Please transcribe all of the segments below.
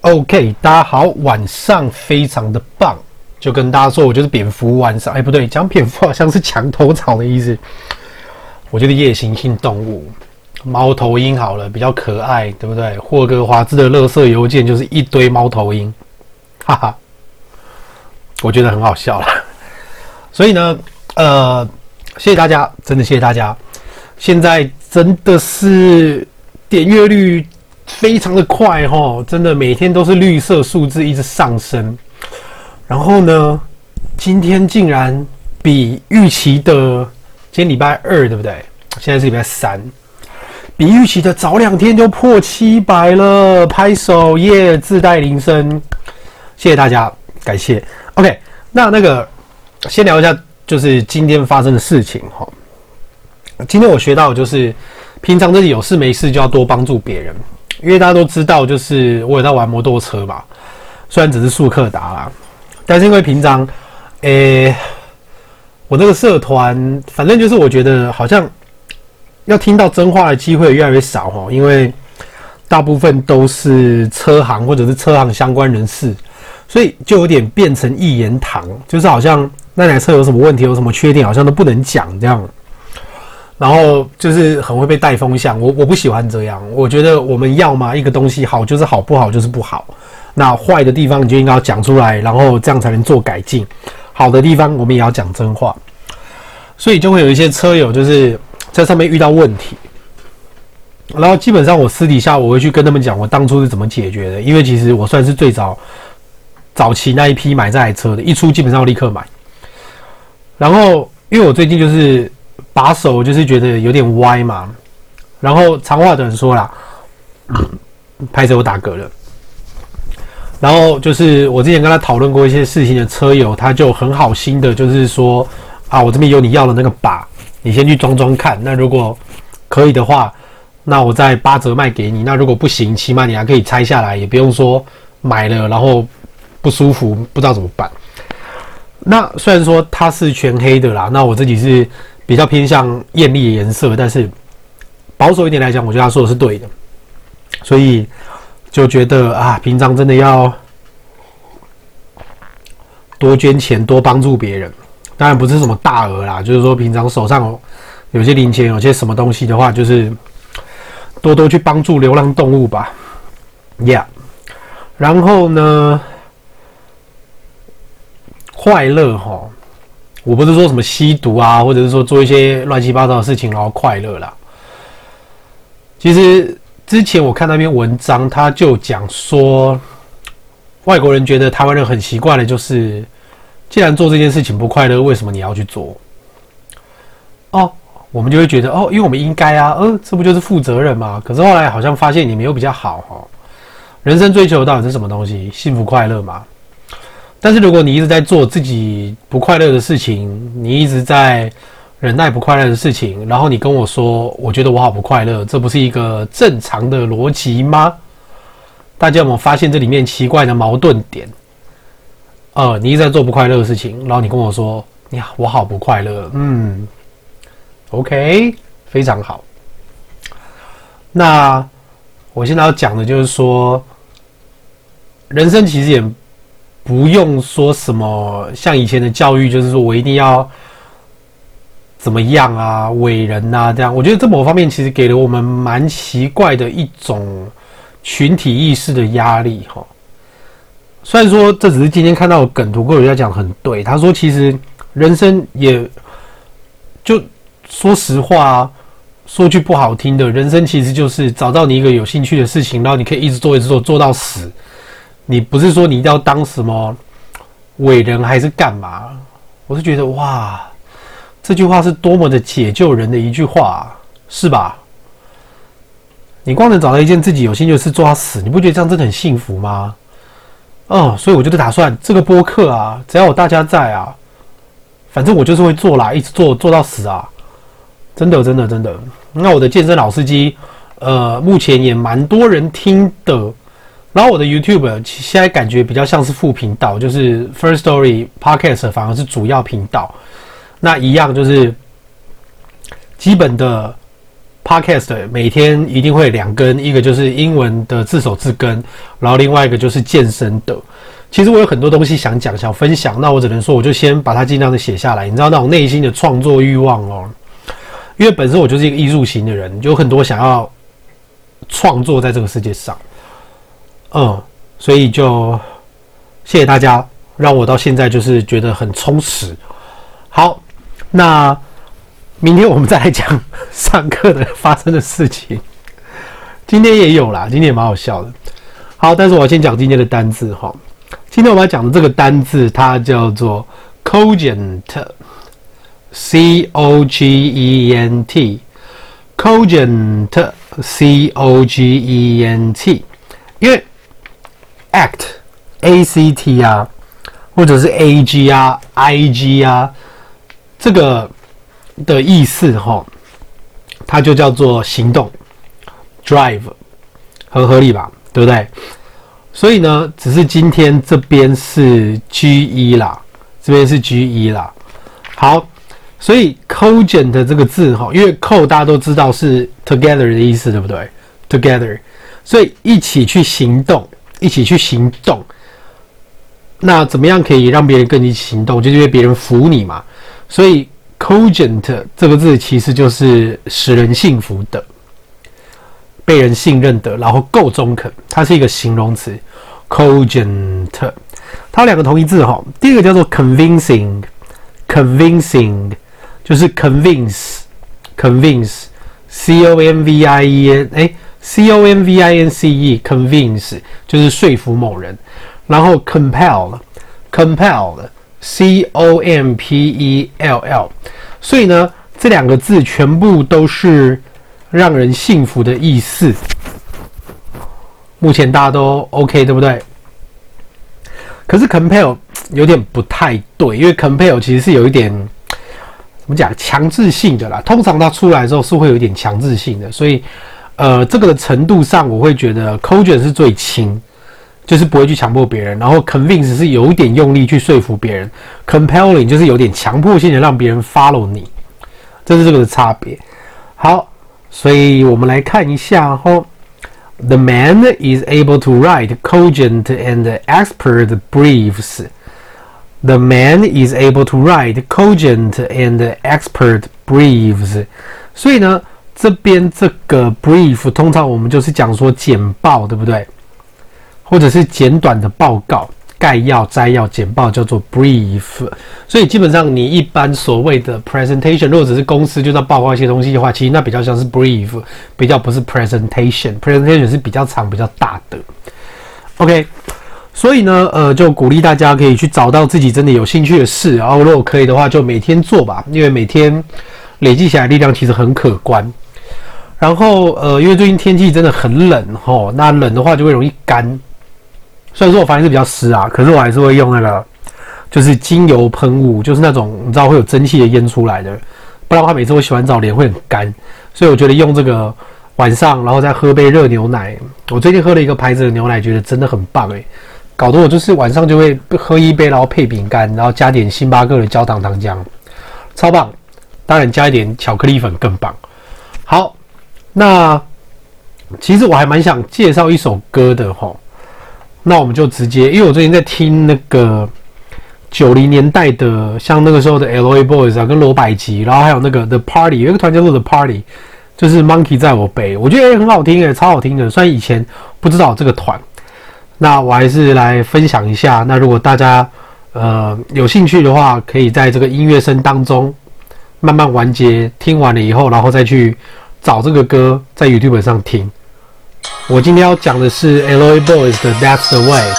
OK， 大家好，晚上非常的棒，就跟大家说，我就是蝙蝠。晚上，不对，讲蝙蝠好像是墙头草的意思。我觉得夜行性动物，猫头鹰好了，比较可爱，对不对？霍格华兹的垃圾邮件就是一堆猫头鹰，哈哈，我觉得很好笑啦。所以呢，谢谢大家，真的谢谢大家。现在真的是点阅率非常的快齁，真的每天都是绿色数字一直上升。然后呢，今天竟然比预期的，今天礼拜二对不对？现在是礼拜三，比预期的早2天就破700了，拍手耶！自带铃声，谢谢大家，感谢。OK， 那个先聊一下，就是今天发生的事情齁。今天我学到的就是，平常自己有事没事就要多帮助别人。因为大家都知道，就是我有在玩摩托车嘛，虽然只是速克达啦，但是因为平常，我这个社团，反正就是我觉得好像要听到真话的机会越来越少哦，因为大部分都是车行或者是车行相关人士，所以就有点变成一言堂，就是好像那台车有什么问题、有什么缺点，好像都不能讲这样。然后就是很会被带风向，我不喜欢这样。我觉得我们要嘛一个东西好就是好，不好就是不好。那坏的地方你就应该要讲出来，然后这样才能做改进。好的地方我们也要讲真话。所以就会有一些车友就是在上面遇到问题，然后基本上我私底下我会去跟他们讲我当初是怎么解决的，因为其实我算是最早期那一批买这台车的，一出基本上要立刻买。然后因为我最近就是把手就是觉得有点歪嘛，然后长话短说啦，拍着我打嗝了。然后就是我之前跟他讨论过一些事情的车友，他就很好心的，就是说啊，我这边有你要的那个把，你先去装装看。那如果可以的话，那我再8折卖给你。那如果不行，起码你还可以拆下来，也不用说买了然后不舒服不知道怎么办。那虽然说它是全黑的啦，那我自己是比较偏向艳丽的颜色，但是保守一点来讲，我觉得他说的是对的，所以就觉得啊，平常真的要多捐钱，多帮助别人。当然不是什么大额啦，就是说平常手上有些零钱，有些什么东西的话，就是多多去帮助流浪动物吧。Yeah， 然后呢，快乐齁。我不是说什么吸毒啊，或者是说做一些乱七八糟的事情然后快乐啦。其实之前我看那篇文章，他就讲说，外国人觉得台湾人很奇怪的就是，既然做这件事情不快乐，为什么你要去做？哦，我们就会觉得哦，因为我们应该啊，这不就是负责任吗？可是后来好像发现你们又比较好齁。人生追求到底是什么东西？幸福快乐嘛。但是如果你一直在做自己不快乐的事情，你一直在忍耐不快乐的事情，然后你跟我说，我觉得我好不快乐，这不是一个正常的逻辑吗？大家有没有发现这里面奇怪的矛盾点？你一直在做不快乐的事情，然后你跟我说，我好不快乐，OK， 非常好。那我现在要讲的就是说，人生其实也不用说什么像以前的教育，就是说我一定要怎么样啊，伟人啊这样。我觉得这某方面其实给了我们蛮奇怪的一种群体意识的压力齁。虽然说这只是今天看到的梗图，各位在讲很对。他说其实人生也就说实话啊，说句不好听的，人生其实就是找到你一个有兴趣的事情，然后你可以一直做一直做，做到死。你不是说你一定要当什么伟人还是干嘛？我是觉得哇，这句话是多么的解救人的一句话，是吧？你光能找到一件自己有兴趣的事做到死，你不觉得这样真的很幸福吗？所以我就打算这个播客啊，只要有大家在啊，反正我就是会做啦，一直做到死啊，真的。那我的健身老司机，目前也蛮多人听的。然后我的 YouTube 现在感觉比较像是副频道，就是 First Story Podcast 反而是主要频道。那一样就是基本的 Podcast 每天一定会2更，一个就是英文的自首自更，然后另外一个就是健身的。其实我有很多东西想讲、想分享，那我只能说，我就先把它尽量的写下来。你知道那种内心的创作欲望哦，因为本身我就是一个艺术型的人，有很多想要创作在这个世界上，所以就谢谢大家，让我到现在就是觉得很充实。好，那明天我们再来讲上课的发生的事情。今天也有啦，今天也蛮好笑的。好，但是我先讲今天的单字哈。今天我们要讲的这个单字，它叫做 cogent，cogent，cogent，因为 act 啊，或者是 ag 啊 ig 啊，这个的意思哈，它就叫做行动 drive， 很合理吧，对不对？所以呢，只是今天这边是 G1 啦，这边是 G1 啦。好，所以 cogent 这个字哈，因为 co 大家都知道是 together 的意思，对不对 ？together， 所以一起去行动，一起去行动。那怎么样可以让别人跟你一起行动？就是因为别人服你嘛。所以 cogent 这个字其实就是使人信服的。被人信任的，然后够中肯，它是一个形容词 ，cogent。它有2个同义字哈，第一个叫做 convincing，convincing 就是 convince，c o n v i e n，c o n v i n c e，convince 就是说服某人，然后 compel，c o m p e l l， 所以呢，这2个字全部都是让人信服的意思。目前大家都 OK 对不对？可是 compel 有点不太对，因为 compel 其实是有一点怎么讲强制性的啦，通常它出来的时候是会有一点强制性的，所以这个的程度上我会觉得 cogent 是最轻，就是不会去强迫别人，然后 convince 是有一点用力去说服别人， compelling 就是有点强迫性的让别人 follow 你，这是这个的差别。好，所以我们来看一下哈。The man is able to write cogent and expert briefs. The man is able to write cogent and expert briefs. 所以呢，这边这个 brief 通常我们就是讲说简报，对不对？或者是简短的报告。概要、摘要、简报叫做 brief， 所以基本上你一般所谓的 presentation， 如果只是公司就在报告一些东西的话，其实那比较像是 brief， 比较不是 presentation。presentation 是比较长、比较大的。OK， 所以呢，就鼓励大家可以去找到自己真的有兴趣的事，然后如果可以的话，就每天做吧，因为每天累积起来的力量其实很可观。然后因为最近天气真的很冷吼，那冷的话就会容易干。虽然说我房间是比较湿啊，可是我还是会用那个，就是精油喷雾，就是那种你知道会有蒸汽的烟出来的，不然的话每次我洗完澡脸会很干，所以我觉得用这个晚上，然后再喝杯热牛奶。我最近喝了一个牌子的牛奶，觉得真的很棒搞得我就是晚上就会喝一杯，然后配饼干，然后加点星巴克的焦糖糖浆，超棒。当然加一点巧克力粉更棒。好，那其实我还蛮想介绍一首歌的吼。那我们就直接，因为我最近在听那个90年代的，像那个时候的 LA Boys 啊，跟罗百吉，然后还有那个 The Party， 有一个团叫做 The Party， 就是 Monkey 在我背，我觉得很好听超好听的。虽然以前不知道这个团，那我还是来分享一下。那如果大家有兴趣的话，可以在这个音乐声当中慢慢完结，听完了以后，然后再去找这个歌在 YouTube 上听。我今天要讲的是 LA Boys 的 That's the Way。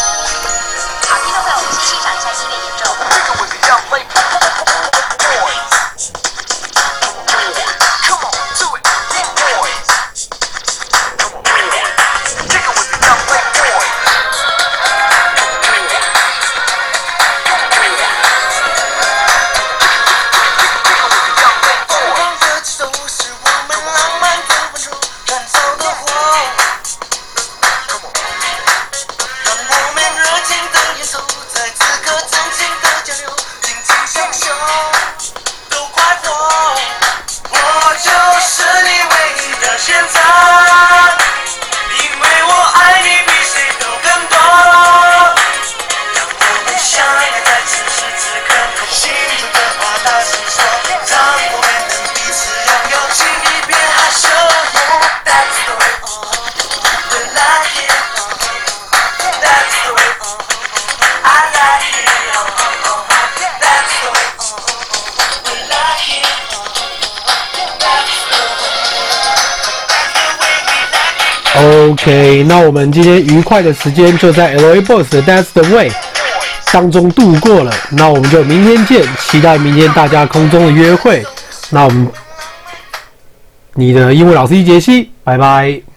让我们 OK， 那我们今天愉快的时间就在 LA Boys 的 That's the Way 当中度过了。那我们就明天见，期待明天大家空中的约会。那我们你的英文老师杰西，拜拜。